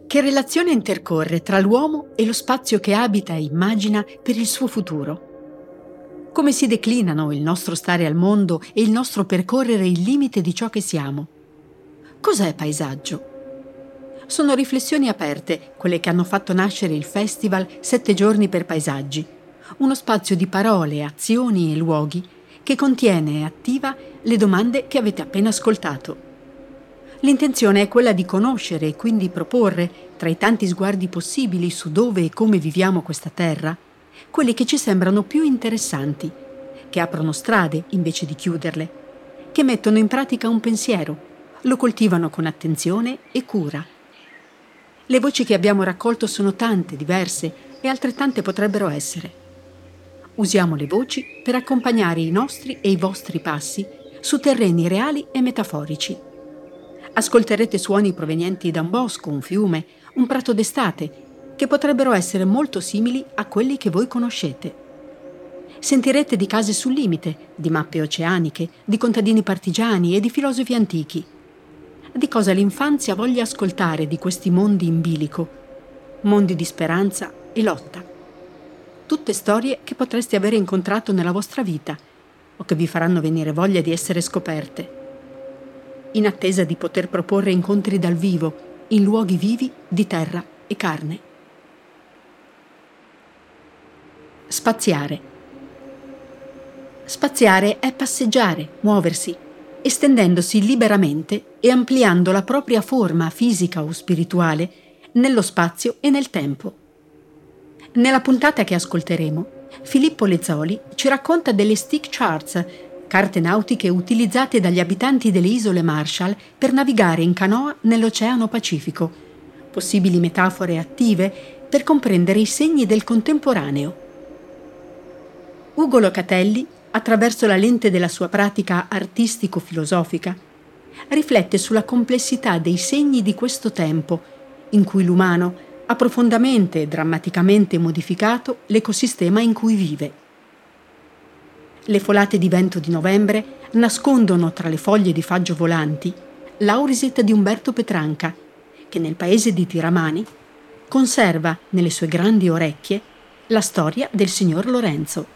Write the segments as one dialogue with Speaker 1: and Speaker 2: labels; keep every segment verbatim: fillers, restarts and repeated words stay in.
Speaker 1: Che relazione intercorre tra l'uomo e lo spazio che abita e immagina per il suo futuro? Come si declinano il nostro stare al mondo e il nostro percorrere il limite di ciò che siamo? Cos'è paesaggio? Sono riflessioni aperte, quelle che hanno fatto nascere il festival Sette giorni per paesaggi, uno spazio di parole, azioni e luoghi che contiene e attiva le domande che avete appena ascoltato. L'intenzione è quella di conoscere e quindi proporre, tra i tanti sguardi possibili su dove e come viviamo questa terra, quelli che ci sembrano più interessanti, che aprono strade invece di chiuderle, che mettono in pratica un pensiero, lo coltivano con attenzione e cura. Le voci che abbiamo raccolto sono tante, diverse e altrettante potrebbero essere. Usiamo le voci per accompagnare i nostri e i vostri passi su terreni reali e metaforici. Ascolterete suoni provenienti da un bosco, un fiume, un prato d'estate, che potrebbero essere molto simili a quelli che voi conoscete. Sentirete di case sul limite, di mappe oceaniche, di contadini partigiani e di filosofi antichi. Di cosa l'infanzia voglia ascoltare di questi mondi in bilico, mondi di speranza e lotta. Tutte storie che potreste avere incontrato nella vostra vita o che vi faranno venire voglia di essere scoperte, in attesa di poter proporre incontri dal vivo, in luoghi vivi di terra e carne. Spaziare. Spaziare è passeggiare, muoversi, estendendosi liberamente e ampliando la propria forma fisica o spirituale nello spazio e nel tempo. Nella puntata che ascolteremo, Filippo Lezzoli ci racconta delle stick charts, carte nautiche utilizzate dagli abitanti delle isole Marshall per navigare in canoa nell'Oceano Pacifico, possibili metafore attive per comprendere i segni del contemporaneo. Ugo Locatelli, attraverso la lente della sua pratica artistico-filosofica, riflette sulla complessità dei segni di questo tempo, in cui l'umano ha profondamente e drammaticamente modificato l'ecosistema in cui vive. Le folate di vento di novembre nascondono tra le foglie di faggio volanti l'Auriset di Umberto Petranca, che nel paese di Tiramani conserva nelle sue grandi orecchie la storia del signor Lorenzo.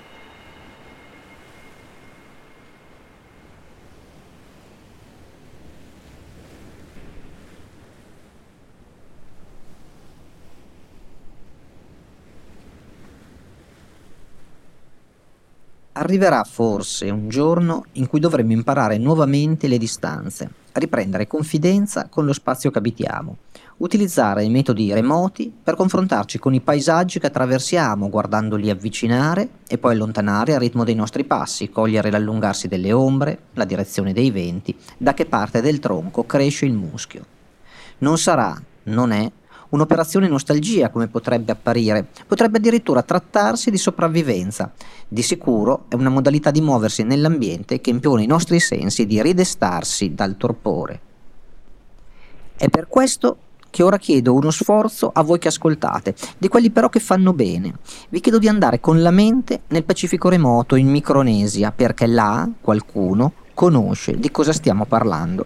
Speaker 2: Arriverà forse un giorno in cui dovremo imparare nuovamente le distanze, riprendere confidenza con lo spazio che abitiamo, utilizzare i metodi remoti per confrontarci con i paesaggi che attraversiamo, guardandoli avvicinare e poi allontanare al ritmo dei nostri passi, cogliere l'allungarsi delle ombre, la direzione dei venti, da che parte del tronco cresce il muschio. Non sarà, non è, un'operazione nostalgia come potrebbe apparire, potrebbe addirittura trattarsi di sopravvivenza. Di sicuro è una modalità di muoversi nell'ambiente che impone ai nostri sensi di ridestarsi dal torpore. È per questo che ora chiedo uno sforzo a voi che ascoltate, di quelli però che fanno bene. Vi chiedo di andare con la mente nel Pacifico remoto, in Micronesia, perché là qualcuno conosce di cosa stiamo parlando.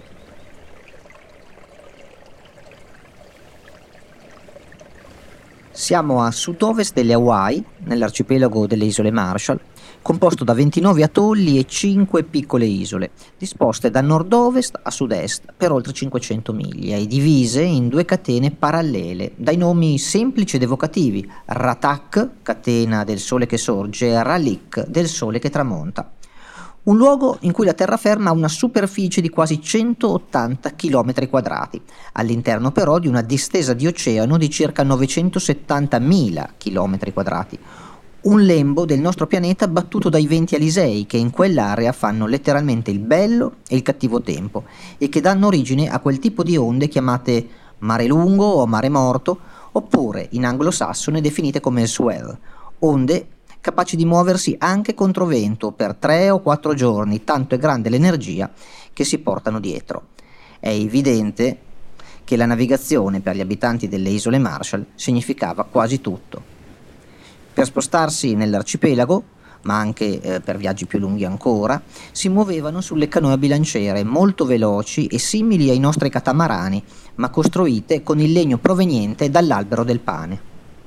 Speaker 2: Siamo a sud-ovest delle Hawaii, nell'arcipelago delle isole Marshall, composto da ventinove atolli e cinque piccole isole, disposte da nord-ovest a sud-est per oltre cinquecento miglia e divise in due catene parallele, dai nomi semplici ed evocativi: Ratak, catena del sole che sorge, e Ralik, del sole che tramonta. Un luogo in cui la terraferma ha una superficie di quasi centottanta chilometri quadrati, all'interno però di una distesa di oceano di circa novecentosettantamila chilometri quadrati. Un lembo del nostro pianeta battuto dai venti alisei che in quell'area fanno letteralmente il bello e il cattivo tempo e che danno origine a quel tipo di onde chiamate mare lungo o mare morto, oppure in anglosassone definite come swell, onde capaci di muoversi anche contro vento per tre o quattro giorni, tanto è grande l'energia che si portano dietro. È evidente che la navigazione per gli abitanti delle isole Marshall significava quasi tutto. Per spostarsi nell'arcipelago ma anche eh, per viaggi più lunghi ancora, si muovevano sulle canoe a bilanciere molto veloci e simili ai nostri catamarani, ma costruite con il legno proveniente dall'albero del pane.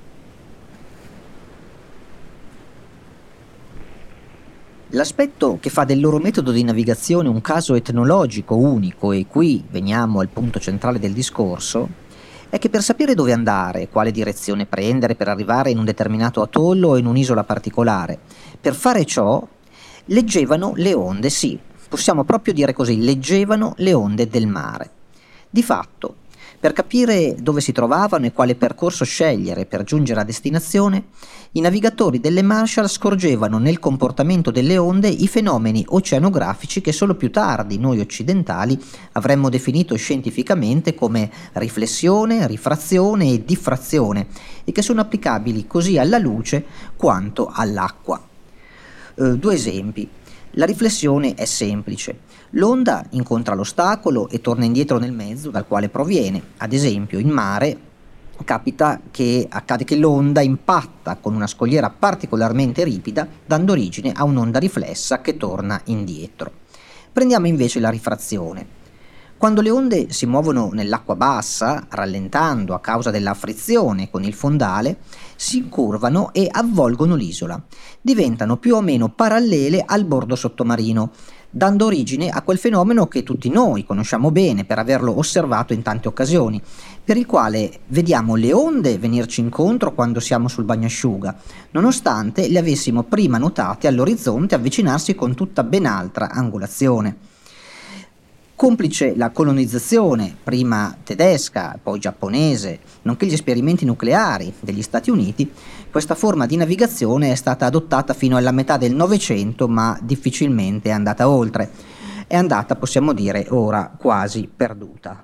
Speaker 2: L'aspetto che fa del loro metodo di navigazione un caso etnologico unico, e qui veniamo al punto centrale del discorso, è che per sapere dove andare, quale direzione prendere per arrivare in un determinato atollo o in un'isola particolare, per fare ciò leggevano le onde, sì, possiamo proprio dire così, leggevano le onde del mare. Di fatto, per capire dove si trovavano e quale percorso scegliere per giungere a destinazione, i navigatori delle Marshall scorgevano nel comportamento delle onde i fenomeni oceanografici che solo più tardi noi occidentali avremmo definito scientificamente come riflessione, rifrazione e diffrazione, e che sono applicabili così alla luce quanto all'acqua. Eh, due esempi. La riflessione è semplice. L'onda incontra l'ostacolo e torna indietro nel mezzo dal quale proviene. Ad esempio, in mare capita che accade che l'onda impatta con una scogliera particolarmente ripida, dando origine a un'onda riflessa che torna indietro. Prendiamo invece la rifrazione. Quando le onde si muovono nell'acqua bassa, rallentando a causa della frizione con il fondale, si incurvano e avvolgono l'isola. Diventano più o meno parallele al bordo sottomarino, dando origine a quel fenomeno che tutti noi conosciamo bene per averlo osservato in tante occasioni, per il quale vediamo le onde venirci incontro quando siamo sul bagnasciuga, nonostante le avessimo prima notate all'orizzonte avvicinarsi con tutta ben altra angolazione. Complice la colonizzazione, prima tedesca, poi giapponese, nonché gli esperimenti nucleari degli Stati Uniti, questa forma di navigazione è stata adottata fino alla metà del Novecento, ma difficilmente è andata oltre. È andata, possiamo dire, ora quasi perduta.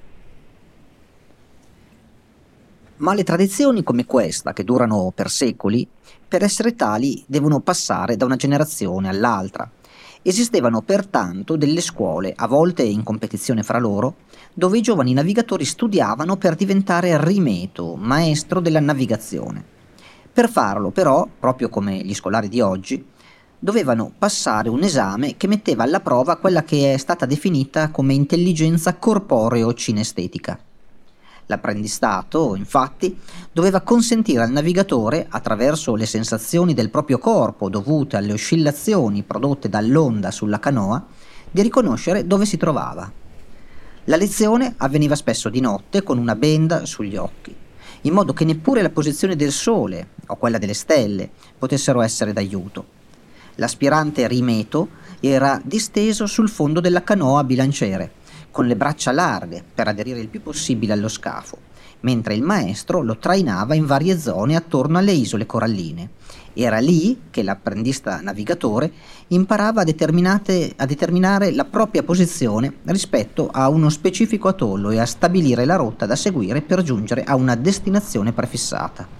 Speaker 2: Ma le tradizioni come questa, che durano per secoli, per essere tali devono passare da una generazione all'altra. Esistevano pertanto delle scuole, a volte in competizione fra loro, dove i giovani navigatori studiavano per diventare rimeto, maestro della navigazione. Per farlo, però, proprio come gli scolari di oggi, dovevano passare un esame che metteva alla prova quella che è stata definita come intelligenza corporeo-cinestetica. L'apprendistato, infatti, doveva consentire al navigatore, attraverso le sensazioni del proprio corpo dovute alle oscillazioni prodotte dall'onda sulla canoa, di riconoscere dove si trovava. La lezione avveniva spesso di notte con una benda sugli occhi, in modo che neppure la posizione del sole o quella delle stelle potessero essere d'aiuto. L'aspirante rimeto era disteso sul fondo della canoa a bilanciere, con le braccia larghe per aderire il più possibile allo scafo, mentre il maestro lo trainava in varie zone attorno alle isole coralline. Era lì che l'apprendista navigatore imparava a, a determinare la propria posizione rispetto a uno specifico atollo e a stabilire la rotta da seguire per giungere a una destinazione prefissata.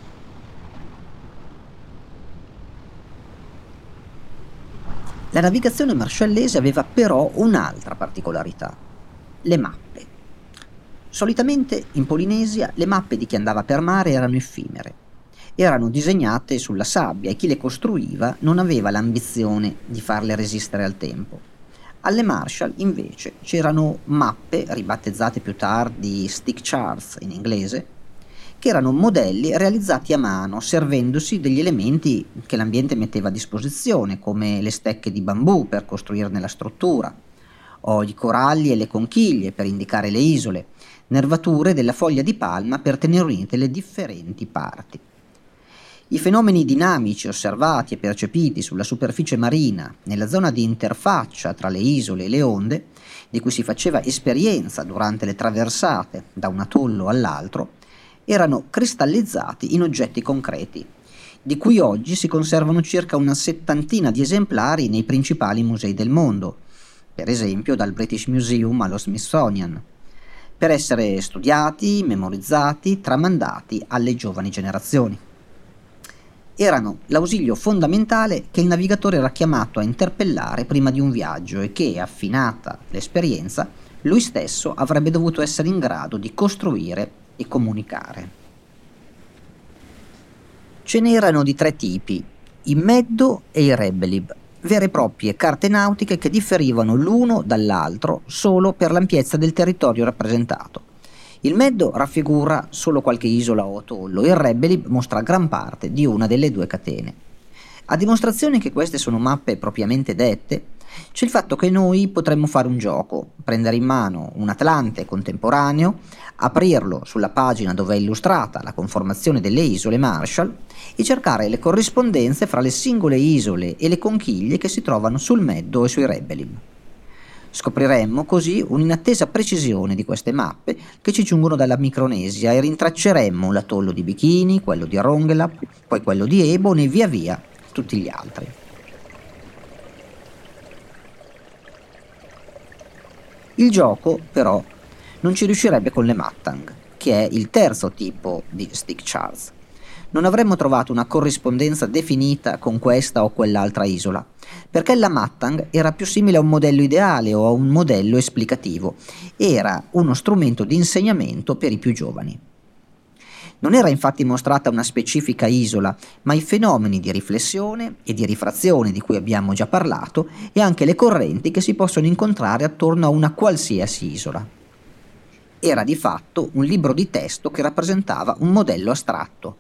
Speaker 2: La navigazione marshallese aveva però un'altra particolarità: le mappe. Solitamente in Polinesia le mappe di chi andava per mare erano effimere, erano disegnate sulla sabbia e chi le costruiva non aveva l'ambizione di farle resistere al tempo. Alle Marshall invece c'erano mappe, ribattezzate più tardi stick charts in inglese, che erano modelli realizzati a mano, servendosi degli elementi che l'ambiente metteva a disposizione, come le stecche di bambù per costruirne la struttura, o i coralli e le conchiglie per indicare le isole, nervature della foglia di palma per tenere unite le differenti parti. I fenomeni dinamici osservati e percepiti sulla superficie marina, nella zona di interfaccia tra le isole e le onde, di cui si faceva esperienza durante le traversate da un atollo all'altro, erano cristallizzati in oggetti concreti, di cui oggi si conservano circa una settantina di esemplari nei principali musei del mondo, per esempio dal British Museum allo Smithsonian, per essere studiati, memorizzati, tramandati alle giovani generazioni. Erano l'ausilio fondamentale che il navigatore era chiamato a interpellare prima di un viaggio e che, affinata l'esperienza, lui stesso avrebbe dovuto essere in grado di costruire comunicare. Ce n'erano di tre tipi: i Meddo e i Rebelib, vere e proprie carte nautiche che differivano l'uno dall'altro solo per l'ampiezza del territorio rappresentato. Il Meddo raffigura solo qualche isola o atollo, il Rebelib mostra gran parte di una delle due catene. A dimostrazione che queste sono mappe propriamente dette, c'è il fatto che noi potremmo fare un gioco, prendere in mano un Atlante contemporaneo, aprirlo sulla pagina dove è illustrata la conformazione delle isole Marshall e cercare le corrispondenze fra le singole isole e le conchiglie che si trovano sul Meddo e sui Rebelib. Scopriremmo così un'inattesa precisione di queste mappe che ci giungono dalla Micronesia e rintracceremmo l'atollo di Bikini, quello di Rongelap, poi quello di Ebon e via via tutti gli altri. Il gioco, però, non ci riuscirebbe con le Mattang, che è il terzo tipo di stick charts. Non avremmo trovato una corrispondenza definita con questa o quell'altra isola, perché la Mattang era più simile a un modello ideale o a un modello esplicativo, era uno strumento di insegnamento per i più giovani. Non era infatti mostrata una specifica isola, ma i fenomeni di riflessione e di rifrazione di cui abbiamo già parlato e anche le correnti che si possono incontrare attorno a una qualsiasi isola. Era di fatto un libro di testo che rappresentava un modello astratto.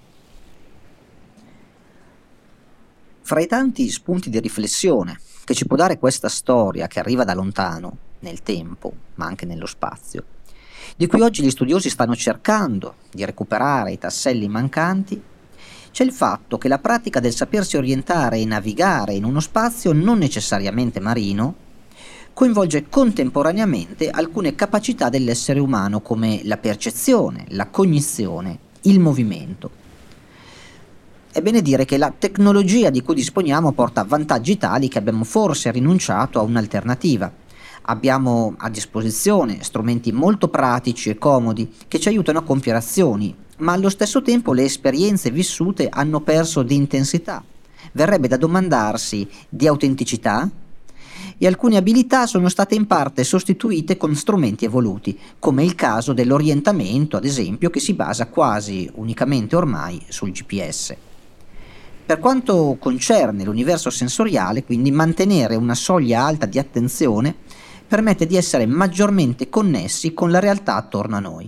Speaker 2: Fra i tanti spunti di riflessione che ci può dare questa storia che arriva da lontano, nel tempo, ma anche nello spazio, di cui oggi gli studiosi stanno cercando di recuperare i tasselli mancanti, c'è il fatto che la pratica del sapersi orientare e navigare in uno spazio non necessariamente marino coinvolge contemporaneamente alcune capacità dell'essere umano come la percezione, la cognizione, il movimento. È bene dire che la tecnologia di cui disponiamo porta vantaggi tali che abbiamo forse rinunciato a un'alternativa. Abbiamo a disposizione strumenti molto pratici e comodi che ci aiutano a compiere azioni, ma allo stesso tempo le esperienze vissute hanno perso di intensità. Verrebbe da domandarsi di autenticità? E alcune abilità sono state in parte sostituite con strumenti evoluti, come il caso dell'orientamento, ad esempio, che si basa quasi unicamente ormai sul G P S. Per quanto concerne l'universo sensoriale, quindi, mantenere una soglia alta di attenzione permette di essere maggiormente connessi con la realtà attorno a noi.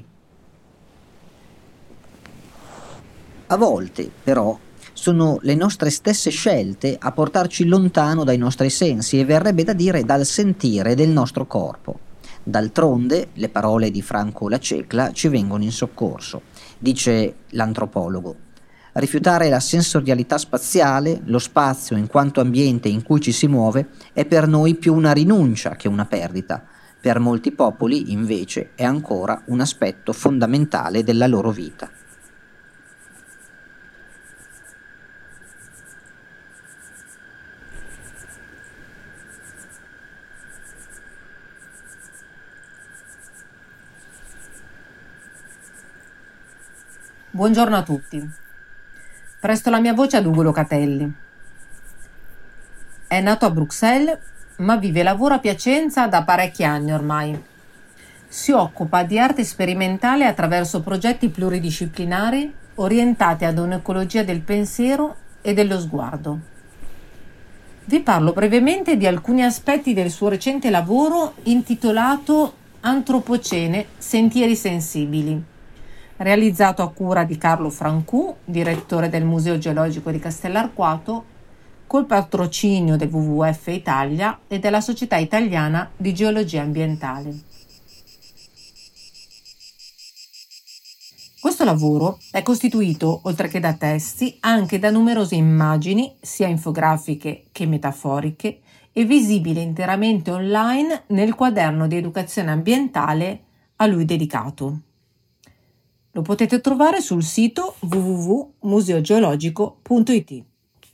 Speaker 2: A volte, però, sono le nostre stesse scelte a portarci lontano dai nostri sensi e verrebbe da dire dal sentire del nostro corpo. D'altronde, le parole di Franco Lacecla ci vengono in soccorso. Dice l'antropologo: rifiutare la sensorialità spaziale, lo spazio in quanto ambiente in cui ci si muove, è per noi più una rinuncia che una perdita. Per molti popoli, invece, è ancora un aspetto fondamentale della loro vita.
Speaker 3: Buongiorno a tutti. Presto la mia voce ad Ugo Locatelli. È nato a Bruxelles, ma vive e lavora a Piacenza da parecchi anni ormai. Si occupa di arte sperimentale attraverso progetti pluridisciplinari orientati ad un'ecologia del pensiero e dello sguardo. Vi parlo brevemente di alcuni aspetti del suo recente lavoro intitolato Antropocene, sentieri sensibili, realizzato a cura di Carlo Francù, direttore del Museo Geologico di Castellarquato, col patrocinio del W W F Italia e della Società Italiana di Geologia Ambientale. Questo lavoro è costituito, oltre che da testi, anche da numerose immagini, sia infografiche che metaforiche, e visibili interamente online nel quaderno di educazione ambientale a lui dedicato. Lo potete trovare sul sito w w w punto museo geologico punto i t.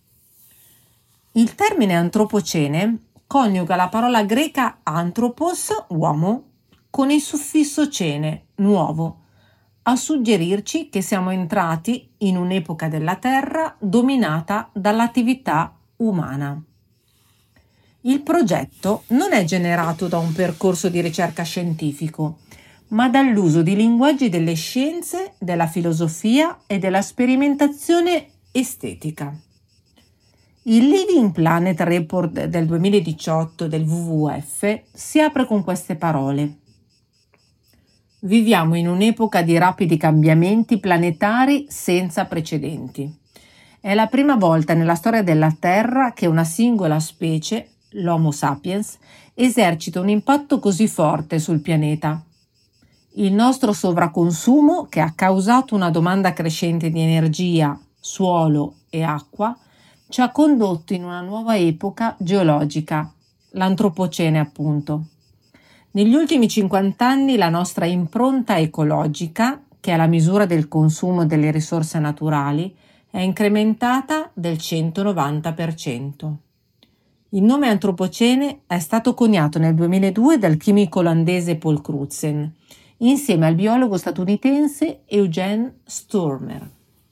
Speaker 3: Il termine antropocene coniuga la parola greca anthropos, uomo, con il suffisso cene, nuovo, a suggerirci che siamo entrati in un'epoca della Terra dominata dall'attività umana. Il progetto non è generato da un percorso di ricerca scientifico, ma dall'uso di linguaggi delle scienze, della filosofia e della sperimentazione estetica. Il Living Planet Report del duemiladiciotto del W W F si apre con queste parole. Viviamo in un'epoca di rapidi cambiamenti planetari senza precedenti. È la prima volta nella storia della Terra che una singola specie, l'Homo sapiens, esercita un impatto così forte sul pianeta. Il nostro sovraconsumo, che ha causato una domanda crescente di energia, suolo e acqua, ci ha condotto in una nuova epoca geologica, l'Antropocene appunto. Negli ultimi cinquanta anni la nostra impronta ecologica, che è la misura del consumo delle risorse naturali, è incrementata del centonovanta per cento. Il nome Antropocene è stato coniato nel duemiladue dal chimico olandese Paul Crutzen, insieme al biologo statunitense Eugene Sturmer.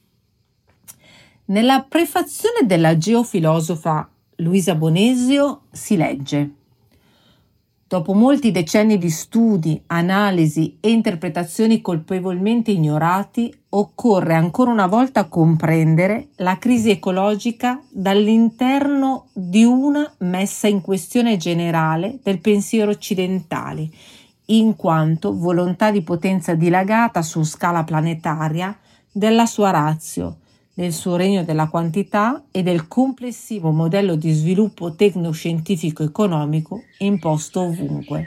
Speaker 3: Nella prefazione della geofilosofa Luisa Bonesio si legge: dopo molti decenni di studi, analisi e interpretazioni colpevolmente ignorati, occorre ancora una volta comprendere la crisi ecologica dall'interno di una messa in questione generale del pensiero occidentale, in quanto volontà di potenza dilagata su scala planetaria della sua ratio, del suo regno della quantità e del complessivo modello di sviluppo tecnoscientifico-economico imposto ovunque.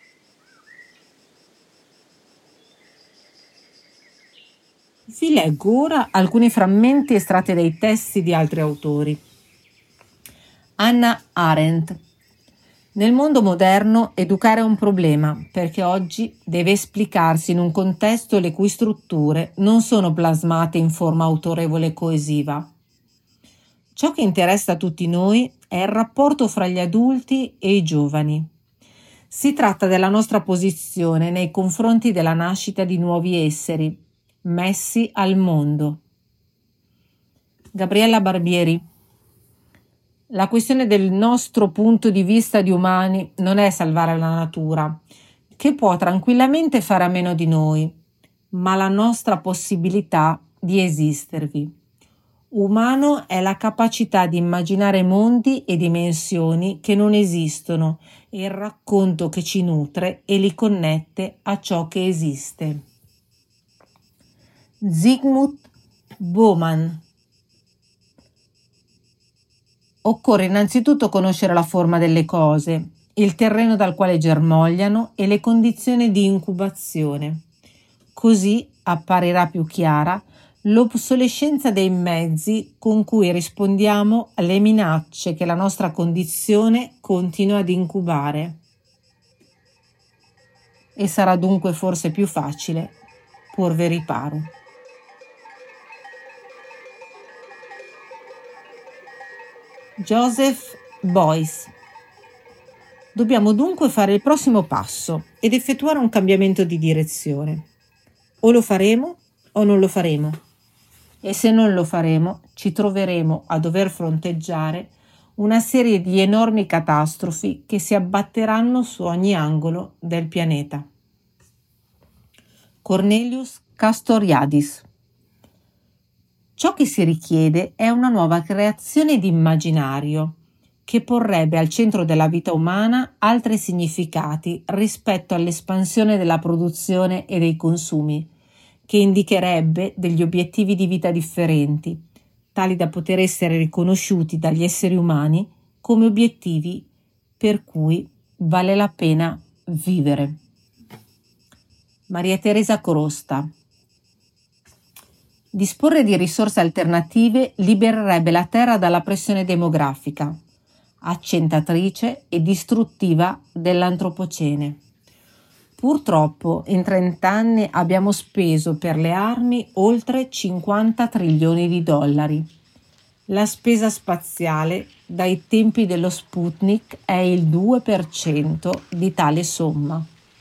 Speaker 3: Vi leggo ora alcuni frammenti estratti dai testi di altri autori. Hannah Arendt. Nel mondo moderno educare è un problema, perché oggi deve esplicarsi in un contesto le cui strutture non sono plasmate in forma autorevole e coesiva. Ciò che interessa a tutti noi è il rapporto fra gli adulti e i giovani. Si tratta della nostra posizione nei confronti della nascita di nuovi esseri, messi al mondo. Gabriella Barbieri. La questione del nostro punto di vista di umani non è salvare la natura, che può tranquillamente fare a meno di noi, ma la nostra possibilità di esistervi. Umano è la capacità di immaginare mondi e dimensioni che non esistono e il racconto che ci nutre e li connette a ciò che esiste. Zygmunt Bauman. Occorre innanzitutto conoscere la forma delle cose, il terreno dal quale germogliano e le condizioni di incubazione. Così apparirà più chiara l'obsolescenza dei mezzi con cui rispondiamo alle minacce che la nostra condizione continua ad incubare. E sarà dunque forse più facile porvi riparo. Joseph Beuys. Dobbiamo dunque fare il prossimo passo ed effettuare un cambiamento di direzione. O lo faremo o non lo faremo. E se non lo faremo, ci troveremo a dover fronteggiare una serie di enormi catastrofi che si abbatteranno su ogni angolo del pianeta. Cornelius Castoriadis. Ciò che si richiede è una nuova creazione di immaginario che porrebbe al centro della vita umana altri significati rispetto all'espansione della produzione e dei consumi, che indicherebbe degli obiettivi di vita differenti, tali da poter essere riconosciuti dagli esseri umani come obiettivi per cui vale la pena vivere. Maria Teresa Corosta. Disporre di risorse alternative libererebbe la Terra dalla pressione demografica, accentatrice e distruttiva dell'Antropocene. Purtroppo in trent'anni abbiamo speso per le armi oltre cinquanta trilioni di dollari. La spesa spaziale dai tempi dello Sputnik è il due per cento di tale somma.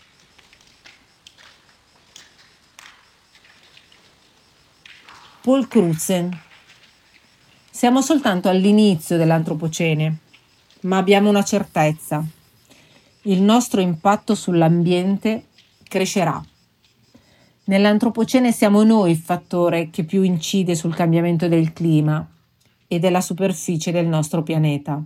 Speaker 3: Paul Crutzen. Siamo soltanto all'inizio dell'Antropocene, ma abbiamo una certezza. Il nostro impatto sull'ambiente crescerà. Nell'Antropocene siamo noi il fattore che più incide sul cambiamento del clima e della superficie del nostro pianeta.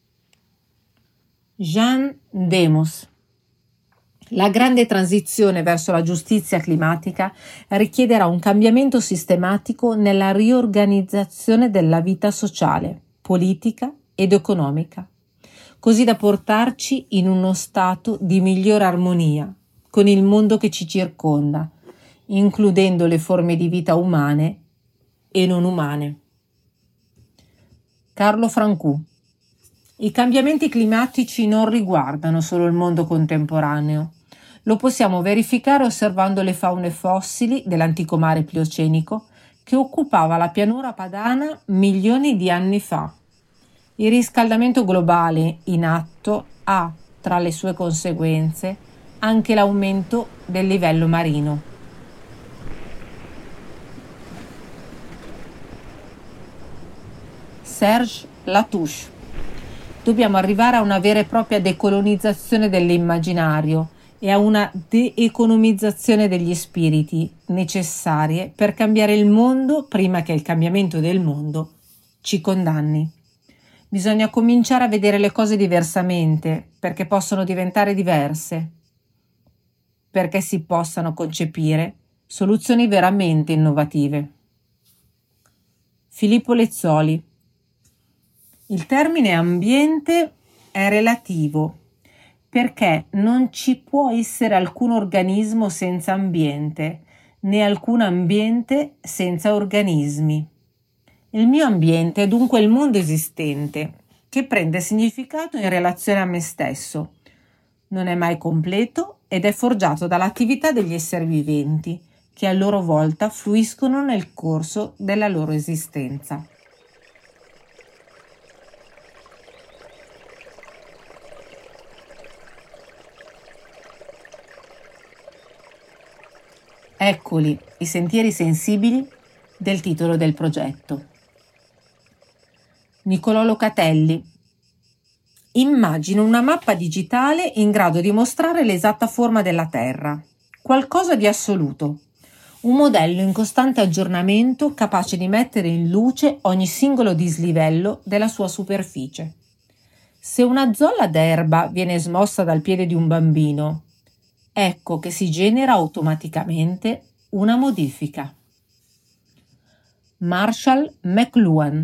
Speaker 3: Jean Demos. La grande transizione verso la giustizia climatica richiederà un cambiamento sistematico nella riorganizzazione della vita sociale, politica ed economica, così da portarci in uno stato di migliore armonia con il mondo che ci circonda, includendo le forme di vita umane e non umane. Carlo Francù. I cambiamenti climatici non riguardano solo il mondo contemporaneo. Lo possiamo verificare osservando le faune fossili dell'antico mare Pliocenico che occupava la pianura padana milioni di anni fa. Il riscaldamento globale in atto ha, tra le sue conseguenze, anche l'aumento del livello marino. Serge Latouche. Dobbiamo arrivare a una vera e propria decolonizzazione dell'immaginario e a una de-economizzazione degli spiriti necessarie per cambiare il mondo prima che il cambiamento del mondo ci condanni. Bisogna cominciare a vedere le cose diversamente perché possono diventare diverse, perché si possano concepire soluzioni veramente innovative. Filippo Lezzoli. Il termine ambiente è relativo perché non ci può essere alcun organismo senza ambiente, né alcun ambiente senza organismi. Il mio ambiente è dunque il mondo esistente, che prende significato in relazione a me stesso. Non è mai completo ed è forgiato dall'attività degli esseri viventi, che a loro volta fluiscono nel corso della loro esistenza. Eccoli i sentieri sensibili del titolo del progetto. Niccolò Locatelli. Immagino una mappa digitale in grado di mostrare l'esatta forma della Terra, qualcosa di assoluto, un modello in costante aggiornamento capace di mettere in luce ogni singolo dislivello della sua superficie. Se una zolla d'erba viene smossa dal piede di un bambino, ecco che si genera automaticamente una modifica. Marshall McLuhan.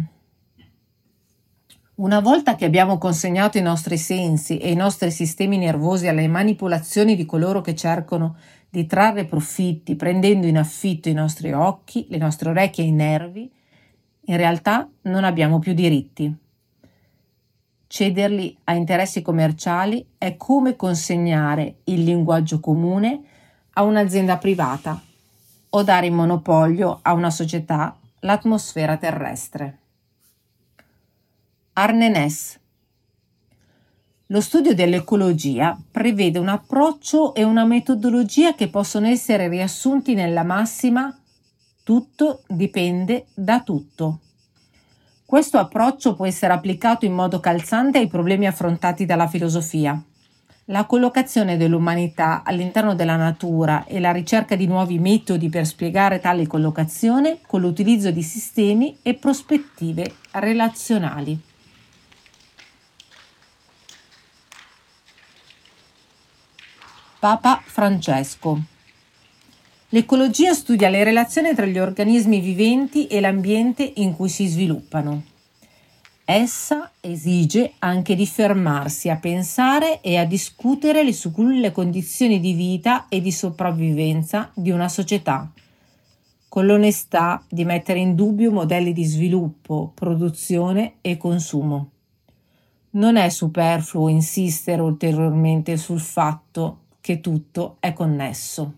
Speaker 3: Una volta che abbiamo consegnato i nostri sensi e i nostri sistemi nervosi alle manipolazioni di coloro che cercano di trarre profitti prendendo in affitto i nostri occhi, le nostre orecchie e i nervi, in realtà non abbiamo più diritti. Cederli a interessi commerciali è come consegnare il linguaggio comune a un'azienda privata o dare in monopolio a una società l'atmosfera terrestre. Arne Ness. Lo studio dell'ecologia prevede un approccio e una metodologia che possono essere riassunti nella massima tutto dipende da tutto. Questo approccio può essere applicato in modo calzante ai problemi affrontati dalla filosofia. La collocazione dell'umanità all'interno della natura e la ricerca di nuovi metodi per spiegare tale collocazione con l'utilizzo di sistemi e prospettive relazionali. Papa Francesco. L'ecologia studia le relazioni tra gli organismi viventi e l'ambiente in cui si sviluppano. Essa esige anche di fermarsi a pensare e a discutere sulle condizioni di vita e di sopravvivenza di una società, con l'onestà di mettere in dubbio modelli di sviluppo, produzione e consumo. Non è superfluo insistere ulteriormente sul fatto che tutto è connesso.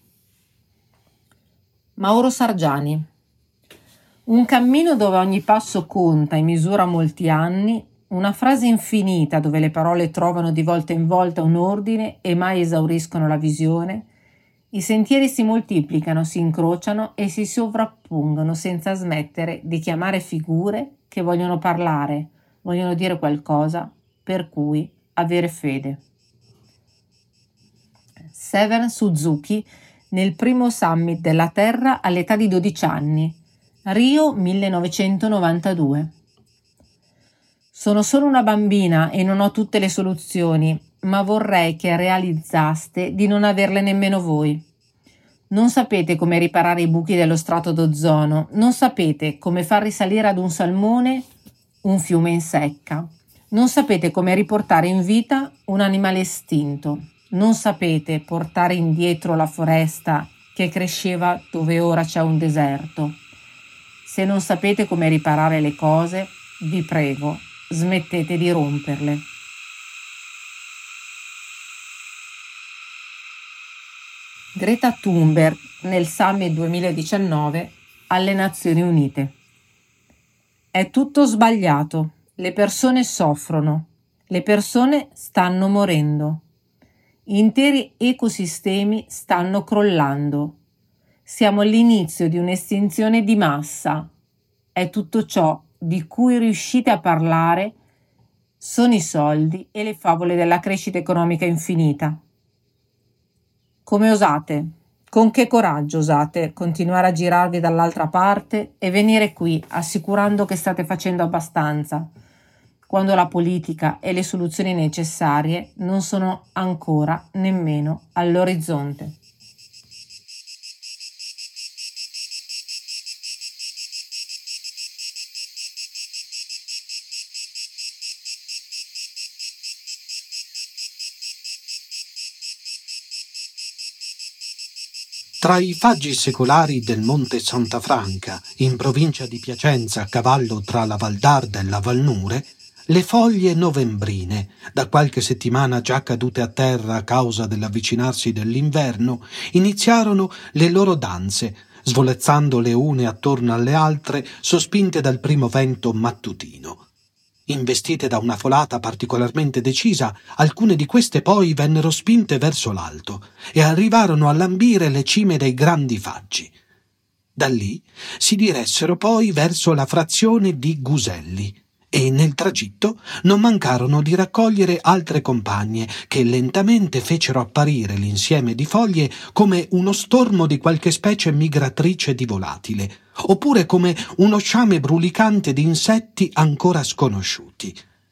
Speaker 3: Mauro Sargiani. Un cammino dove ogni passo conta e misura molti anni, una frase infinita dove le parole trovano di volta in volta un ordine e mai esauriscono la visione. I sentieri si moltiplicano, si incrociano e si sovrappongono senza smettere di chiamare figure che vogliono parlare, vogliono dire qualcosa, per cui avere fede. Seven Suzuki nel primo summit della Terra all'età di dodici anni, Rio millenovecentonovantadue. Sono solo una bambina e non ho tutte le soluzioni, ma vorrei che realizzaste di non averle nemmeno voi. Non sapete come riparare i buchi dello strato d'ozono, non sapete come far risalire ad un salmone un fiume in secca, non sapete come riportare in vita un animale estinto, non sapete portare indietro la foresta che cresceva dove ora c'è un deserto. Se non sapete come riparare le cose, vi prego, smettete di romperle. Greta Thunberg nel Summit duemiladiciannove alle Nazioni Unite. È tutto sbagliato, le persone soffrono, le persone stanno morendo, interi ecosistemi stanno crollando, siamo all'inizio di un'estinzione di massa. È tutto ciò di cui riuscite a parlare sono i soldi e le favole della crescita economica infinita. Come osate, con che coraggio osate continuare a girarvi dall'altra parte e venire qui assicurando che state facendo abbastanza, quando la politica e le soluzioni necessarie non sono ancora nemmeno all'orizzonte?
Speaker 4: Tra i faggi secolari del Monte Santa Franca, in provincia di Piacenza, a cavallo tra la Valdarda e la Valnure, le foglie novembrine, da qualche settimana già cadute a terra a causa dell'avvicinarsi dell'inverno, iniziarono le loro danze, svolezzando le une attorno alle altre, sospinte dal primo vento mattutino. Investite da una folata particolarmente decisa, alcune di queste poi vennero spinte verso l'alto e arrivarono a lambire le cime dei grandi faggi. Da lì si diressero poi verso la frazione di Guselli e nel tragitto non mancarono di raccogliere altre compagne che lentamente fecero apparire l'insieme di foglie come uno stormo di qualche specie migratrice di volatile, oppure come uno sciame brulicante di insetti ancora sconosciuti.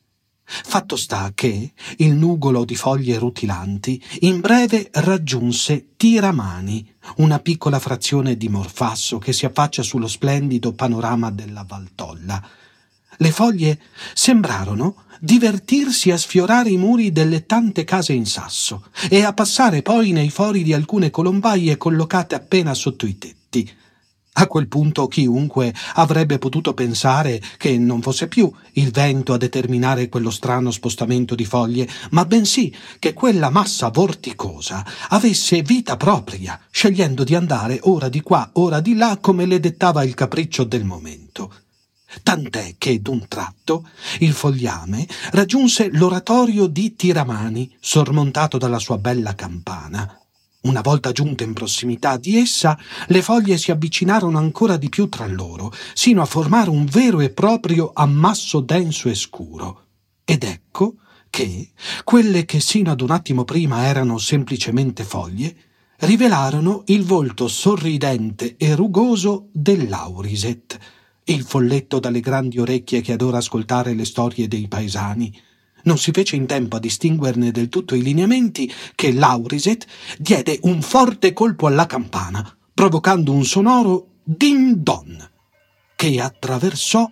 Speaker 4: Fatto sta che il nugolo di foglie rutilanti in breve raggiunse Tiramani, una piccola frazione di Morfasso che si affaccia sullo splendido panorama della Valtolla. Le foglie sembrarono divertirsi a sfiorare i muri delle tante case in sasso e a passare poi nei fori di alcune colombaie collocate appena sotto i tetti. A quel punto chiunque avrebbe potuto pensare che non fosse più il vento a determinare quello strano spostamento di foglie, ma bensì che quella massa vorticosa avesse vita propria, scegliendo di andare ora di qua, ora di là, come le dettava il capriccio del momento. Tant'è che d'un tratto il fogliame raggiunse l'oratorio di Tiramani, sormontato dalla sua bella campana. Una volta giunte in prossimità di essa, le foglie si avvicinarono ancora di più tra loro, sino a formare un vero e proprio ammasso denso e scuro. Ed ecco che quelle che sino ad un attimo prima erano semplicemente foglie, rivelarono il volto sorridente e rugoso dell'Auriset, il folletto dalle grandi orecchie che adora ascoltare le storie dei paesani. Non si fece in tempo a distinguerne del tutto i lineamenti che l'Auriset diede un forte colpo alla campana, provocando un sonoro din-don che attraversò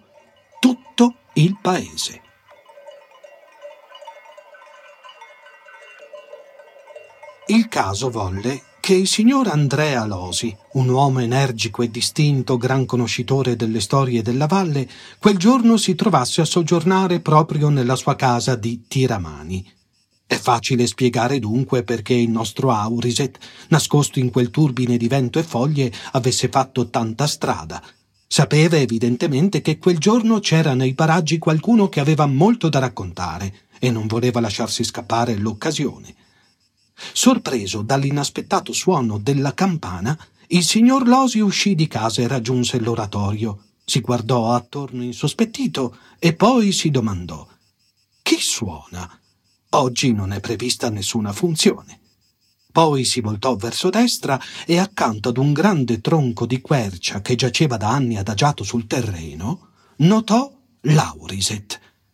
Speaker 4: tutto il paese. Il caso volle che il signor Andrea Losi, un uomo energico e distinto, gran conoscitore delle storie della valle, quel giorno si trovasse a soggiornare proprio nella sua casa di Tiramani. È facile spiegare dunque perché il nostro Auriset, nascosto in quel turbine di vento e foglie, avesse fatto tanta strada. Sapeva evidentemente che quel giorno c'era nei paraggi qualcuno che aveva molto da raccontare e non voleva lasciarsi scappare l'occasione. Sorpreso dall'inaspettato suono della campana, il signor Losi uscì di casa e raggiunse l'oratorio. Si guardò attorno insospettito e poi si domandò: chi suona? Oggi non è prevista nessuna funzione. Poi si voltò verso destra e accanto ad un grande tronco di quercia che giaceva da anni adagiato sul terreno, notò l'Auriset.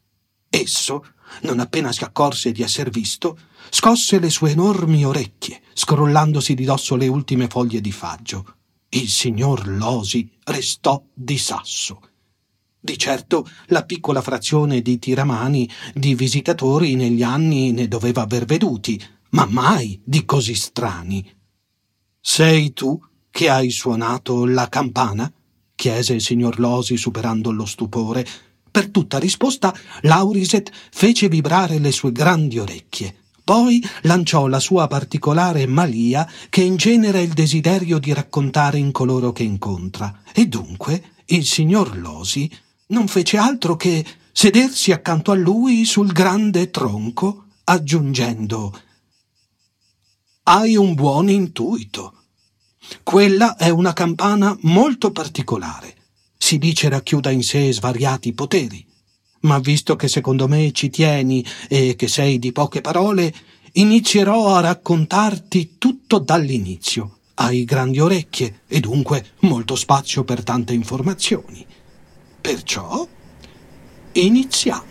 Speaker 4: Esso, non appena si accorse di esser visto, scosse le sue enormi orecchie, scrollandosi di dosso le ultime foglie di faggio. Il signor Losi restò di sasso. Di certo la piccola frazione di tiramani di visitatori negli anni ne doveva aver veduti, ma mai di così strani. «Sei tu che hai suonato la campana?» chiese il signor Losi, superando lo stupore. Per tutta risposta Lauriset fece vibrare le sue grandi orecchie. Poi lanciò la sua particolare malia che ingenera il desiderio di raccontare in coloro che incontra. E dunque il signor Losi non fece altro che sedersi accanto a lui sul grande tronco, aggiungendo: «Hai un buon intuito. Quella è una campana molto particolare. Si dice racchiuda in sé svariati poteri. Ma visto che secondo me ci tieni e che sei di poche parole, inizierò a raccontarti tutto dall'inizio. Hai grandi orecchie e dunque molto spazio per tante informazioni. Perciò iniziamo.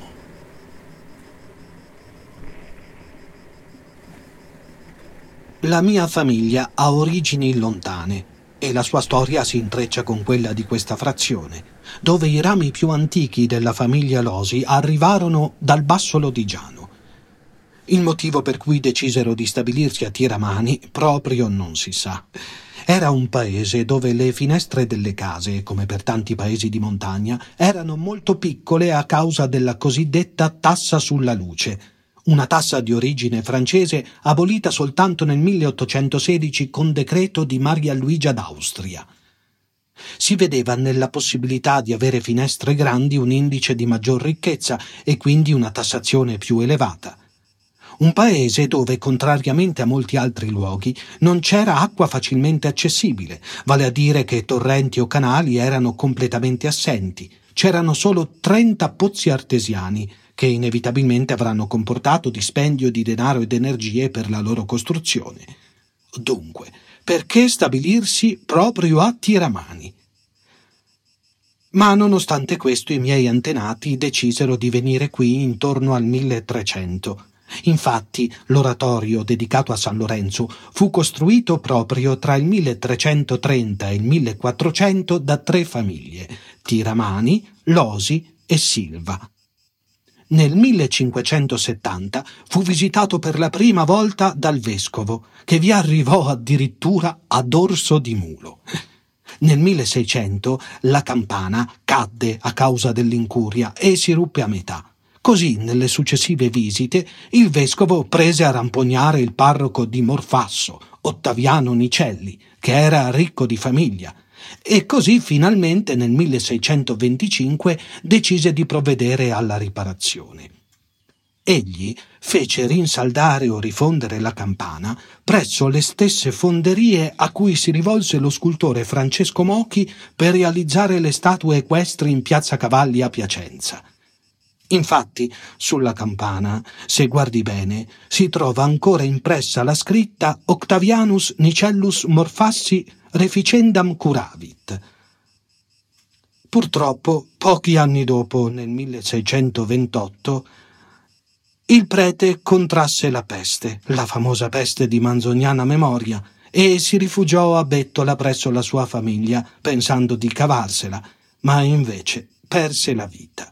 Speaker 4: La mia famiglia ha origini lontane e la sua storia si intreccia con quella di questa frazione, dove i rami più antichi della famiglia Losi arrivarono dal basso Lodigiano. Il motivo per cui decisero di stabilirsi a Tiramani proprio non si sa. Era un paese dove le finestre delle case, come per tanti paesi di montagna, erano molto piccole a causa della cosiddetta tassa sulla luce, una tassa di origine francese abolita soltanto nel milleottocentosedici con decreto di Maria Luigia d'Austria. Si vedeva nella possibilità di avere finestre grandi un indice di maggior ricchezza e quindi una tassazione più elevata. Un paese dove, contrariamente a molti altri luoghi, non c'era acqua facilmente accessibile, vale a dire che torrenti o canali erano completamente assenti. C'erano solo trenta pozzi artesiani, che inevitabilmente avranno comportato dispendio di denaro ed energie per la loro costruzione. Dunque, perché stabilirsi proprio a Tiramani? Ma nonostante questo i miei antenati decisero di venire qui intorno al milletrecento. Infatti l'oratorio dedicato a San Lorenzo fu costruito proprio tra il milletrecentotrenta e il millequattrocento da tre famiglie: Tiramani, Losi e Silva. Nel millecinquecentosettanta fu visitato per la prima volta dal vescovo, che vi arrivò addirittura a dorso di mulo. Nel milleseicento la campana cadde a causa dell'incuria e si ruppe a metà. Così, nelle successive visite, il vescovo prese a rampognare il parroco di Morfasso, Ottaviano Nicelli, che era ricco di famiglia, e così finalmente nel milleseicentoventicinque decise di provvedere alla riparazione. Egli fece rinsaldare o rifondere la campana presso le stesse fonderie a cui si rivolse lo scultore Francesco Mochi per realizzare le statue equestri in Piazza Cavalli a Piacenza. Infatti, sulla campana, se guardi bene, si trova ancora impressa la scritta Octavianus Nicellus Morfassi Reficendam Curavit. Purtroppo, pochi anni dopo, nel milleseicentoventotto, il prete contrasse la peste, la famosa peste di manzoniana memoria, e si rifugiò a Bettola presso la sua famiglia, pensando di cavarsela, ma invece perse la vita.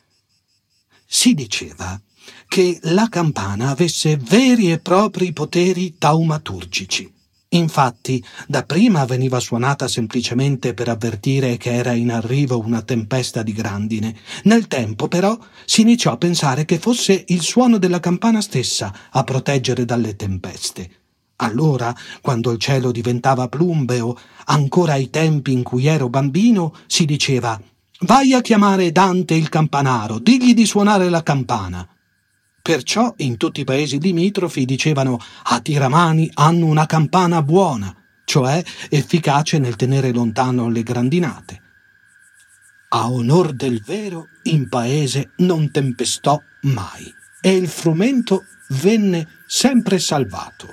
Speaker 4: Si diceva che la campana avesse veri e propri poteri taumaturgici. Infatti, dapprima veniva suonata semplicemente per avvertire che era in arrivo una tempesta di grandine. Nel tempo, però, si iniziò a pensare che fosse il suono della campana stessa a proteggere dalle tempeste. Allora, quando il cielo diventava plumbeo, ancora ai tempi in cui ero bambino, si diceva: «Vai a chiamare Dante il campanaro, digli di suonare la campana». Perciò in tutti i paesi limitrofi dicevano: «A Tiramani hanno una campana buona», cioè efficace nel tenere lontano le grandinate. A onor del vero, in paese non tempestò mai e il frumento venne sempre salvato.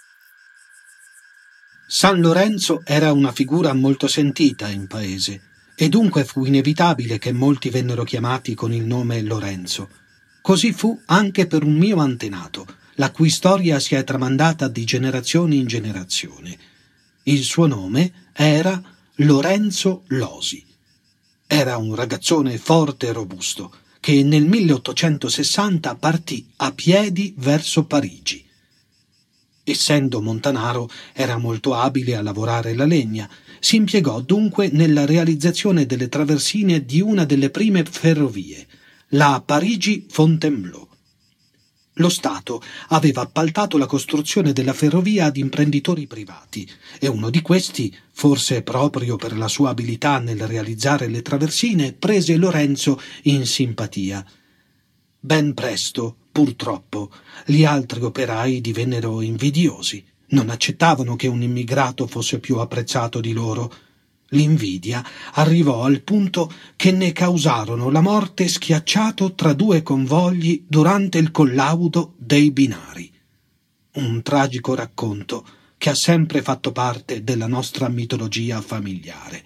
Speaker 4: San Lorenzo era una figura molto sentita in paese e dunque fu inevitabile che molti vennero chiamati con il nome Lorenzo. Così fu anche per un mio antenato, la cui storia si è tramandata di generazione in generazione. Il suo nome era Lorenzo Losi. Era un ragazzone forte e robusto, che nel milleottocentosessanta partì a piedi verso Parigi. Essendo montanaro, era molto abile a lavorare la legna. Si impiegò dunque nella realizzazione delle traversine di una delle prime ferrovie, la Parigi-Fontainebleau. Lo Stato aveva appaltato la costruzione della ferrovia ad imprenditori privati e uno di questi, forse proprio per la sua abilità nel realizzare le traversine, prese Lorenzo in simpatia. Ben presto, purtroppo, gli altri operai divennero invidiosi. Non accettavano che un immigrato fosse più apprezzato di loro. L'invidia arrivò al punto che ne causarono la morte schiacciato tra due convogli durante il collaudo dei binari. Un tragico racconto che ha sempre fatto parte della nostra mitologia familiare.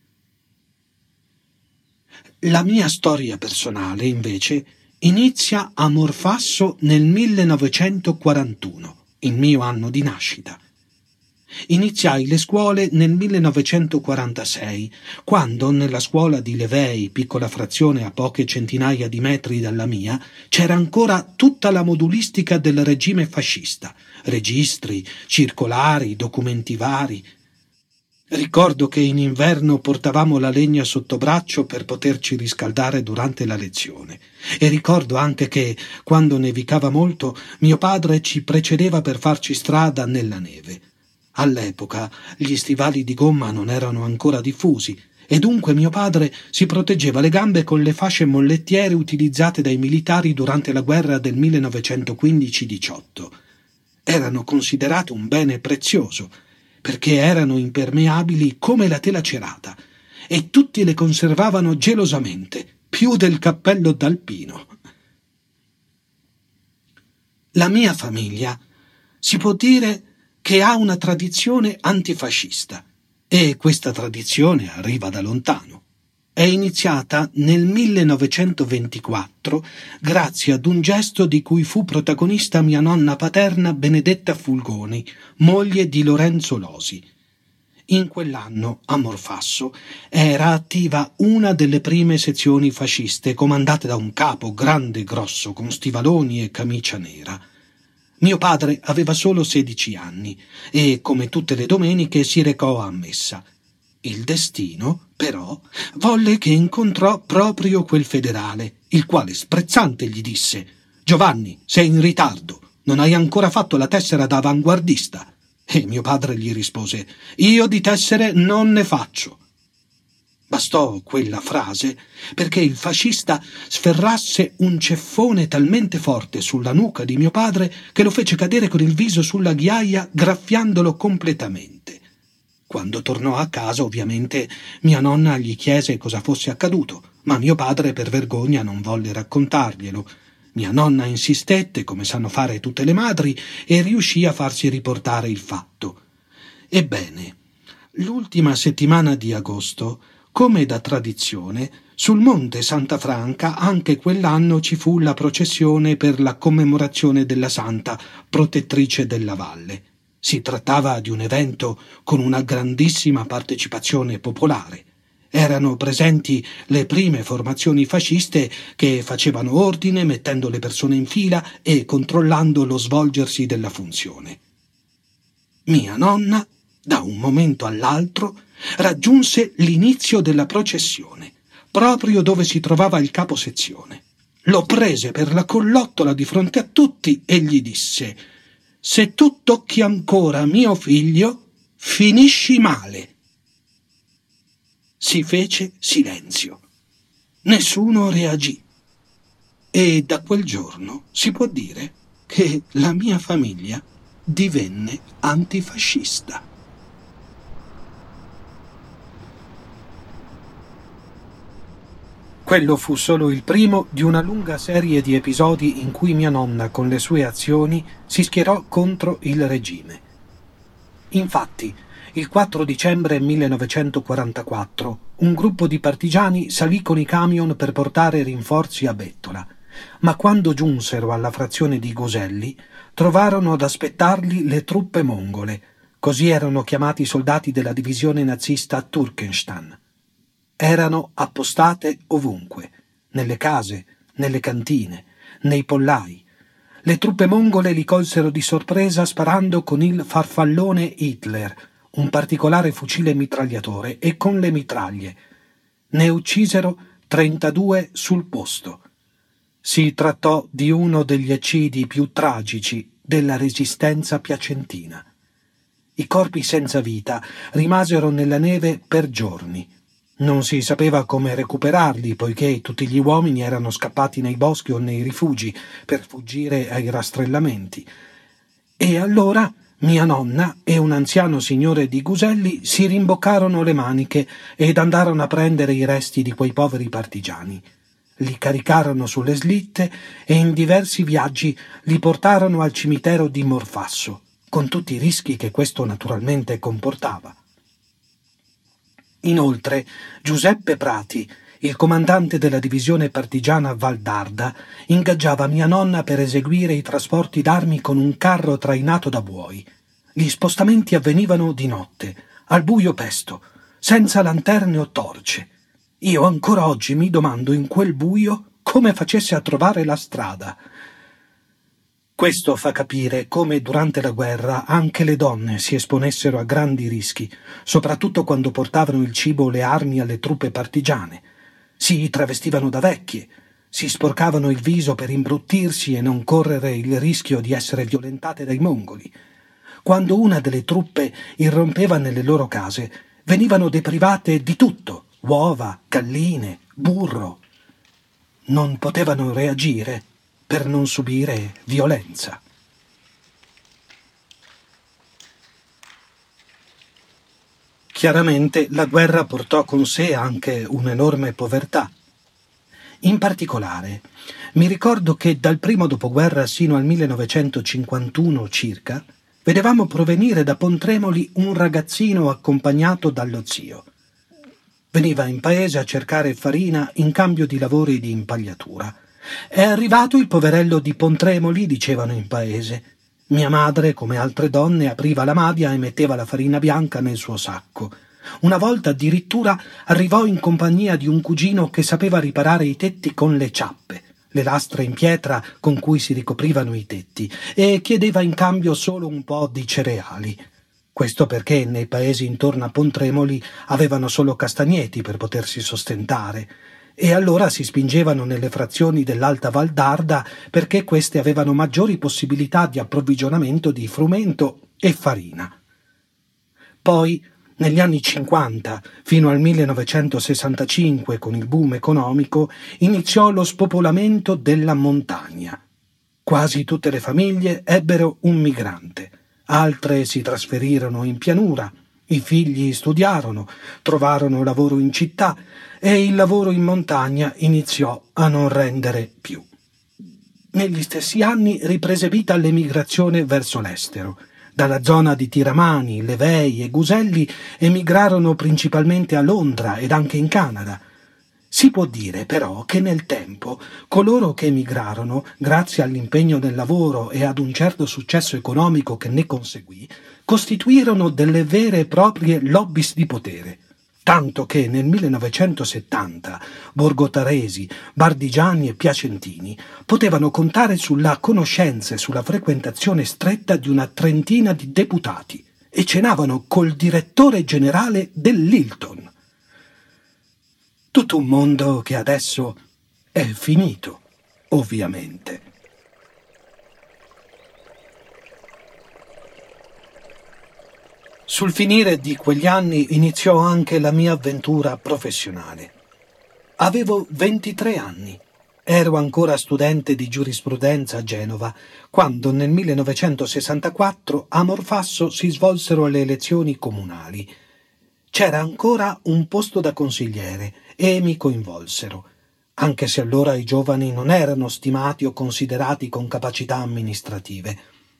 Speaker 4: La mia storia personale, invece, inizia a Morfasso nel millenovecentoquarantuno, il mio anno di nascita. Iniziai le scuole nel millenovecentoquarantasei, quando nella scuola di Levei, piccola frazione a poche centinaia di metri dalla mia, c'era ancora tutta la modulistica del regime fascista, registri, circolari, documenti vari. Ricordo che in inverno portavamo la legna sotto braccio per poterci riscaldare durante la lezione e ricordo anche che, quando nevicava molto, mio padre ci precedeva per farci strada nella neve. All'epoca gli stivali di gomma non erano ancora diffusi e dunque mio padre si proteggeva le gambe con le fasce mollettiere utilizzate dai militari durante la guerra del millenovecentoquindici diciotto. Erano considerate un bene prezioso perché erano impermeabili come la tela cerata e tutti le conservavano gelosamente, più del cappello d'alpino. La mia famiglia si può dire che ha una tradizione antifascista e questa tradizione arriva da lontano. È iniziata nel millenovecentoventiquattro grazie ad un gesto di cui fu protagonista mia nonna paterna Benedetta Fulgoni, moglie di Lorenzo Losi. In quell'anno, a Morfasso, era attiva una delle prime sezioni fasciste comandate da un capo grande e grosso con stivaloni e camicia nera. Mio padre aveva solo sedici anni e, come tutte le domeniche, si recò a messa. Il destino, però, volle che incontrò proprio quel federale, il quale sprezzante gli disse: «Giovanni, sei in ritardo, non hai ancora fatto la tessera da avanguardista». E mio padre gli rispose: «Io di tessere non ne faccio». Bastò quella frase perché il fascista sferrasse un ceffone talmente forte sulla nuca di mio padre che lo fece cadere con il viso sulla ghiaia, graffiandolo completamente. Quando tornò a casa, ovviamente, mia nonna gli chiese cosa fosse accaduto, ma mio padre per vergogna non volle raccontarglielo. Mia nonna insistette, come sanno fare tutte le madri, e riuscì a farsi riportare il fatto. Ebbene, l'ultima settimana di agosto, come da tradizione, sul Monte Santa Franca anche quell'anno ci fu la processione per la commemorazione della Santa, protettrice della valle. Si trattava di un evento con una grandissima partecipazione popolare. Erano presenti le prime formazioni fasciste che facevano ordine mettendo le persone in fila e controllando lo svolgersi della funzione. Mia nonna, da un momento all'altro, raggiunse l'inizio della processione, proprio dove si trovava il capo sezione. Lo prese per la collottola di fronte a tutti e gli disse: «Se tu tocchi ancora mio figlio, finisci male». Si fece silenzio. Nessuno reagì. E da quel giorno si può dire che la mia famiglia divenne antifascista. Quello fu solo il primo di una lunga serie di episodi in cui mia nonna, con le sue azioni, si schierò contro il regime. Infatti, Il quattro dicembre millenovecentoquarantaquattro un gruppo di partigiani salì con i camion per portare rinforzi a Bettola, ma quando giunsero alla frazione di Goselli trovarono ad aspettarli le truppe mongole, così erano chiamati i soldati della divisione nazista Turkestan. Erano appostate ovunque, nelle case, nelle cantine, nei pollai. Le truppe mongole li colsero di sorpresa sparando con il farfallone Hitler, un particolare fucile mitragliatore, e con le mitraglie. Ne uccisero trentadue sul posto. Si trattò di uno degli eccidi più tragici della resistenza piacentina. I corpi senza vita rimasero nella neve per giorni. Non si sapeva come recuperarli, poiché tutti gli uomini erano scappati nei boschi o nei rifugi per fuggire ai rastrellamenti. E allora mia nonna e un anziano signore di Guselli si rimboccarono le maniche ed andarono a prendere i resti di quei poveri partigiani. Li caricarono sulle slitte e in diversi viaggi li portarono al cimitero di Morfasso, con tutti i rischi che questo naturalmente comportava. Inoltre, Giuseppe Prati, il comandante della divisione partigiana Valdarda, ingaggiava mia nonna per eseguire i trasporti d'armi con un carro trainato da buoi. Gli spostamenti avvenivano di notte, al buio pesto, senza lanterne o torce. Io ancora oggi mi domando in quel buio come facesse a trovare la strada. Questo fa capire come durante la guerra anche le donne si esponessero a grandi rischi, soprattutto quando portavano il cibo o le armi alle truppe partigiane. Si travestivano da vecchie, si sporcavano il viso per imbruttirsi e non correre il rischio di essere violentate dai mongoli. Quando una delle truppe irrompeva nelle loro case, venivano deprivate di tutto: uova, galline, burro. Non potevano reagire per non subire violenza. Chiaramente la guerra portò con sé anche un'enorme povertà. In particolare, mi ricordo che dal primo dopoguerra sino al millenovecentocinquantuno circa, vedevamo provenire da Pontremoli un ragazzino accompagnato dallo zio. Veniva in paese a cercare farina in cambio di lavori di impagliatura. È arrivato il poverello di Pontremoli, dicevano in paese. Mia madre, come altre donne, apriva la madia e metteva la farina bianca nel suo sacco. Una volta addirittura arrivò in compagnia di un cugino che sapeva riparare i tetti con le ciappe, le lastre in pietra con cui si ricoprivano i tetti, e chiedeva in cambio solo un po' di cereali. Questo perché nei paesi intorno a Pontremoli avevano solo castagneti per potersi sostentare, e allora si spingevano nelle frazioni dell'Alta Valdarda perché queste avevano maggiori possibilità di approvvigionamento di frumento e farina. Poi, negli anni cinquanta, fino al millenovecentosessantacinque, con il boom economico, iniziò lo spopolamento della montagna. Quasi tutte le famiglie ebbero un migrante, altre si trasferirono in pianura, i figli studiarono, trovarono lavoro in città e il lavoro in montagna iniziò a non rendere più. Negli stessi anni riprese vita l'emigrazione verso l'estero. Dalla zona di Tiramani, Levei e Guselli emigrarono principalmente a Londra ed anche in Canada. Si può dire però che nel tempo coloro che emigrarono, grazie all'impegno nel lavoro e ad un certo successo economico che ne conseguì, costituirono delle vere e proprie lobbies di potere, tanto che nel millenovecentosettanta borgotaresi, bardigiani e piacentini potevano contare sulla conoscenza e sulla frequentazione stretta di una trentina di deputati e cenavano col direttore generale dell'Hilton. Tutto un mondo che adesso è finito, ovviamente. Sul finire di quegli anni iniziò anche la mia avventura professionale. Avevo ventitré anni. Ero ancora studente di giurisprudenza a Genova, quando nel millenovecentosessantaquattro a Morfasso si svolsero le elezioni comunali. C'era ancora un posto da consigliere e mi coinvolsero, anche se allora i giovani non erano stimati o considerati con capacità amministrative.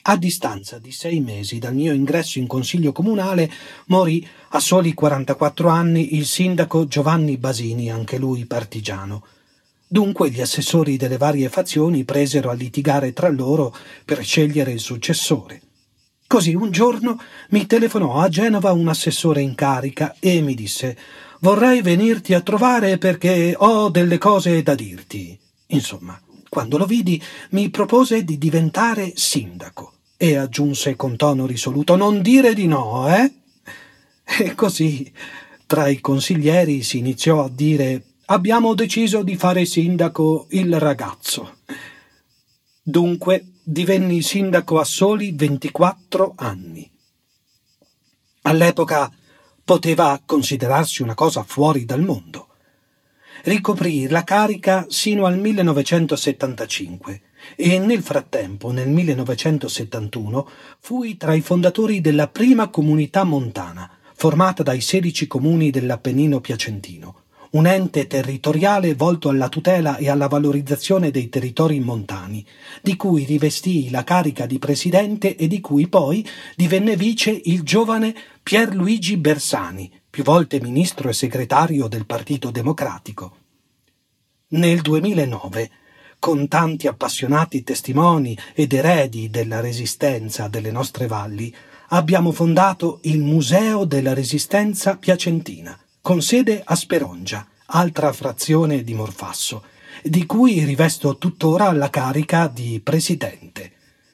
Speaker 4: A distanza di sei mesi dal mio ingresso in consiglio comunale morì a soli quarantaquattro anni il sindaco Giovanni Basini, anche lui partigiano. Dunque gli assessori delle varie fazioni presero a litigare tra loro per scegliere il successore. Così un giorno mi telefonò a Genova un assessore in carica e mi disse: «Vorrei venirti a trovare perché ho delle cose da dirti». Insomma, quando lo vidi mi propose di diventare sindaco e aggiunse con tono risoluto: «Non dire di no, eh?» E così tra i consiglieri si iniziò a dire: «Abbiamo deciso di fare sindaco il ragazzo». Dunque divenni sindaco a soli ventiquattro anni. All'epoca poteva considerarsi una cosa fuori dal mondo. Ricoprì la carica sino al millenovecentosettantacinque e nel frattempo, nel millenovecentosettantuno, fui tra i fondatori della prima comunità montana, formata dai sedici comuni dell'Appennino piacentino, un ente territoriale volto alla tutela e alla valorizzazione dei territori montani, di cui rivestii la carica di presidente e di cui poi divenne vice il giovane Pierluigi Bersani, più volte ministro e segretario del Partito Democratico. Nel duemilanove, con tanti appassionati testimoni ed eredi della resistenza delle nostre valli, abbiamo fondato il Museo della Resistenza Piacentina, con sede a Sperongia, altra frazione di Morfasso, di cui rivesto tuttora la carica di presidente.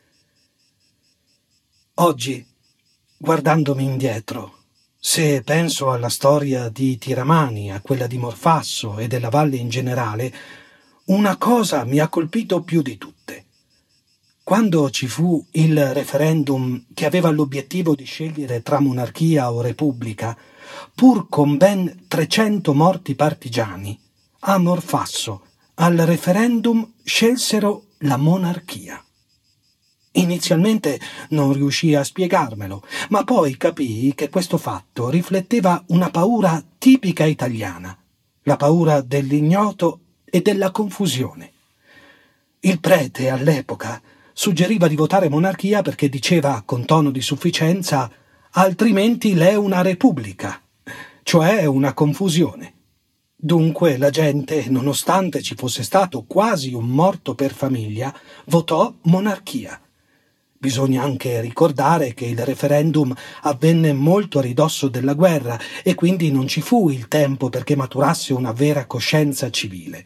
Speaker 4: Oggi, guardandomi indietro, se penso alla storia di Tiramani, a quella di Morfasso e della valle in generale, una cosa mi ha colpito più di tutte. Quando ci fu il referendum che aveva l'obiettivo di scegliere tra monarchia o repubblica, pur con ben trecento morti partigiani, a Morfasso al referendum scelsero la monarchia. Inizialmente non riuscii a spiegarmelo, ma poi capii che questo fatto rifletteva una paura tipica italiana, la paura dell'ignoto e della confusione. Il prete all'epoca suggeriva di votare monarchia perché diceva con tono di sufficienza: altrimenti l'è una repubblica, cioè una confusione. Dunque la gente, nonostante ci fosse stato quasi un morto per famiglia, votò monarchia. Bisogna anche ricordare che il referendum avvenne molto a ridosso della guerra e quindi non ci fu il tempo perché maturasse una vera coscienza civile.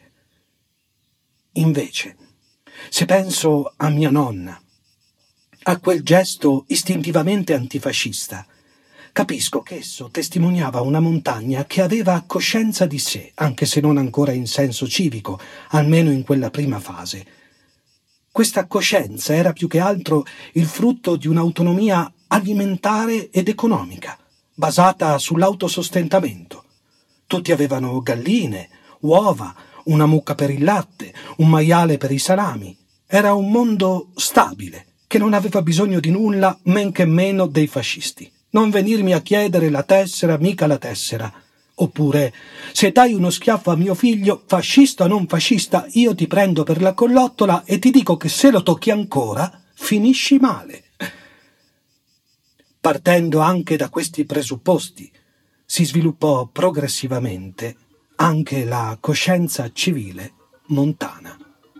Speaker 4: Invece, se penso a mia nonna, a quel gesto istintivamente antifascista, capisco che esso testimoniava una montagna che aveva coscienza di sé, anche se non ancora in senso civico, almeno in quella prima fase. Questa coscienza era più che altro il frutto di un'autonomia alimentare ed economica, basata sull'autosostentamento. Tutti avevano galline, uova, una mucca per il latte, un maiale per i salami. Era un mondo stabile, che non aveva bisogno di nulla, men che meno dei fascisti. Non venirmi a chiedere la tessera, mica la tessera. Oppure, se dai uno schiaffo a mio figlio, fascista o non fascista, io ti prendo per la collottola e ti dico che se lo tocchi ancora, finisci male. Partendo anche da questi presupposti, si sviluppò progressivamente anche la coscienza civile montana.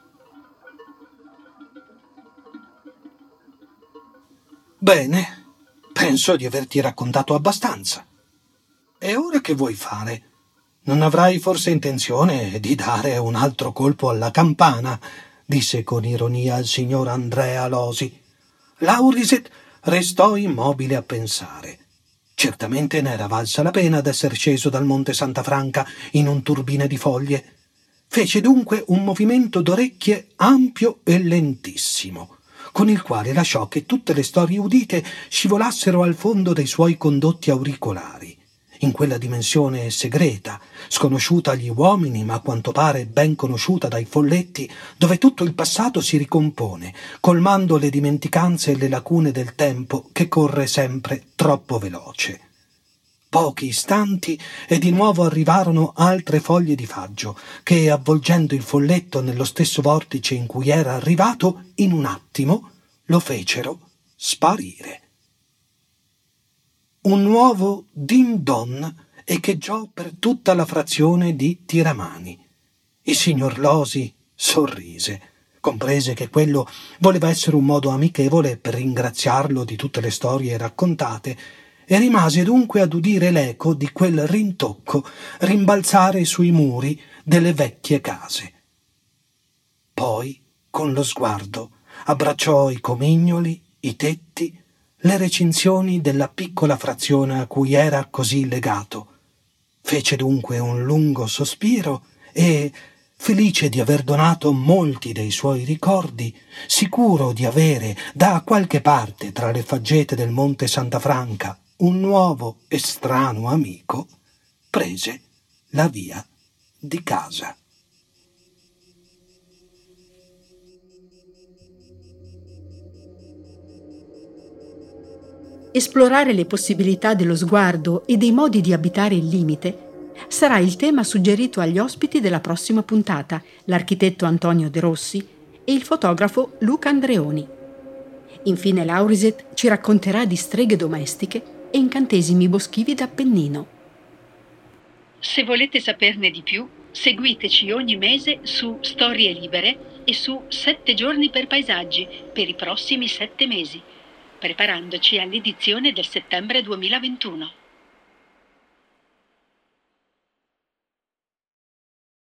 Speaker 4: Bene, penso di averti raccontato abbastanza. E ora che vuoi fare? Non avrai forse intenzione di dare un altro colpo alla campana? Disse con ironia il signor Andrea Losi. Lauriset restò immobile a pensare. Certamente ne era valsa la pena d'esser sceso dal Monte Santa Franca in un turbine di foglie. Fece dunque un movimento d'orecchie ampio e lentissimo, con il quale lasciò che tutte le storie udite scivolassero al fondo dei suoi condotti auricolari, in quella dimensione segreta, sconosciuta agli uomini ma a quanto pare ben conosciuta dai folletti, dove tutto il passato si ricompone, colmando le dimenticanze e le lacune del tempo che corre sempre troppo veloce. Pochi istanti e di nuovo arrivarono altre foglie di faggio che, avvolgendo il folletto nello stesso vortice in cui era arrivato, in un attimo lo fecero sparire. Un nuovo din don echeggiò per tutta la frazione di Tiramani. Il signor Losi sorrise, comprese che quello voleva essere un modo amichevole per ringraziarlo di tutte le storie raccontate, e rimase dunque ad udire l'eco di quel rintocco rimbalzare sui muri delle vecchie case. Poi, con lo sguardo, abbracciò i comignoli, i tetti, le recinzioni della piccola frazione a cui era così legato. Fece dunque un lungo sospiro e, felice di aver donato molti dei suoi ricordi, sicuro di avere da qualche parte tra le faggete del Monte Santa Franca un nuovo e strano amico, prese la via di casa.
Speaker 1: Esplorare le possibilità dello sguardo e dei modi di abitare il limite sarà il tema suggerito agli ospiti della prossima puntata, l'architetto Antonio De Rossi e il fotografo Luca Andreoni. Infine Lauriset ci racconterà di streghe domestiche e incantesimi boschivi d'Appennino.
Speaker 5: Se volete saperne di più, seguiteci ogni mese su Storie Libere e su Sette giorni per paesaggi per i prossimi sette mesi, preparandoci all'edizione del settembre duemilaventuno.